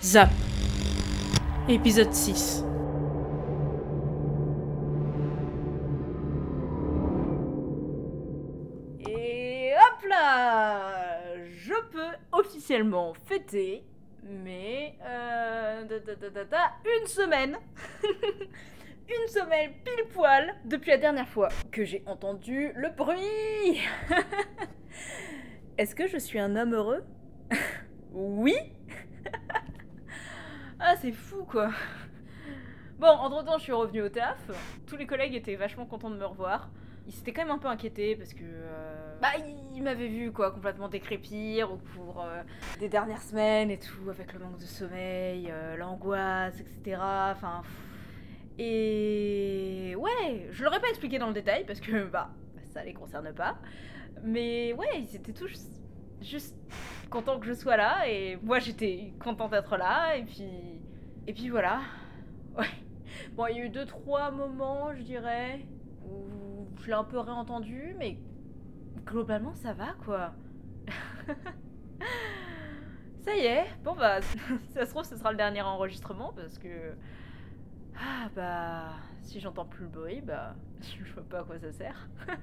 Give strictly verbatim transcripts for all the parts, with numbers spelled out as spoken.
Zap. Épisode six. Et hop là, je peux officiellement fêter, mais euh, da, da, da, da, da, une semaine, une semaine pile poil depuis la dernière fois que j'ai entendu le bruit. Est-ce que je suis un homme heureux? Oui. Ah, c'est fou quoi. Bon, entre temps, je suis revenue au taf. Tous les collègues étaient vachement contents de me revoir. Ils s'étaient quand même un peu inquiétés parce que euh, bah ils m'avaient vu quoi, complètement décrépir au cours euh, des dernières semaines et tout, avec le manque de sommeil, euh, l'angoisse, et cetera. Enfin, et ouais, je leur ai pas expliqué dans le détail parce que bah ça les concerne pas. Mais ouais, ils étaient tous juste contents que je sois là et moi j'étais contente d'être là et puis et puis voilà. Ouais. Bon, il y a eu deux trois moments, je dirais, où je l'ai un peu réentendu, mais globalement ça va quoi. Ça y est, bon bah, si ça se trouve ce sera le dernier enregistrement parce que ah bah si j'entends plus le bruit, bah je vois pas à quoi ça sert.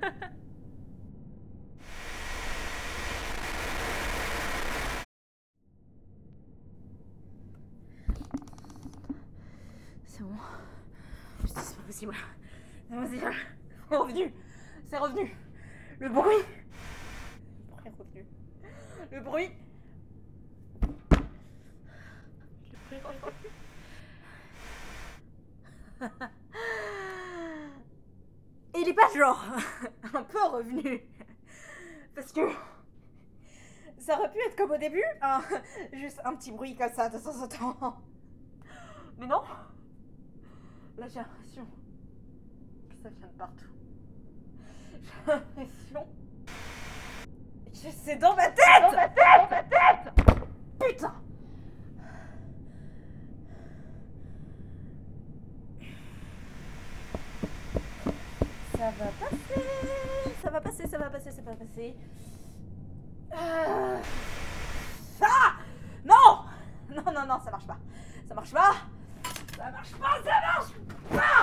C'est bon. Putain, c'est pas possible. C'est pas possible. C'est revenu. C'est revenu. Le bruit. Le bruit est revenu. Le bruit. Le bruit est revenu. Et il est pas genre un peu revenu. Parce que ça aurait pu être comme au début, hein, juste un petit bruit comme ça de temps en temps. Mais non. Là j'ai l'impression que ça vient de partout. J'ai l'impression que c'est dans ma tête. Dans ma tête. Dans ma tête. Putain. Ça va passer. Ça va passer, ça va passer, ça va passer. Euh... Ah non. Non, non, non, ça marche pas. Ça marche pas. Ça marche pas, ça marche pas.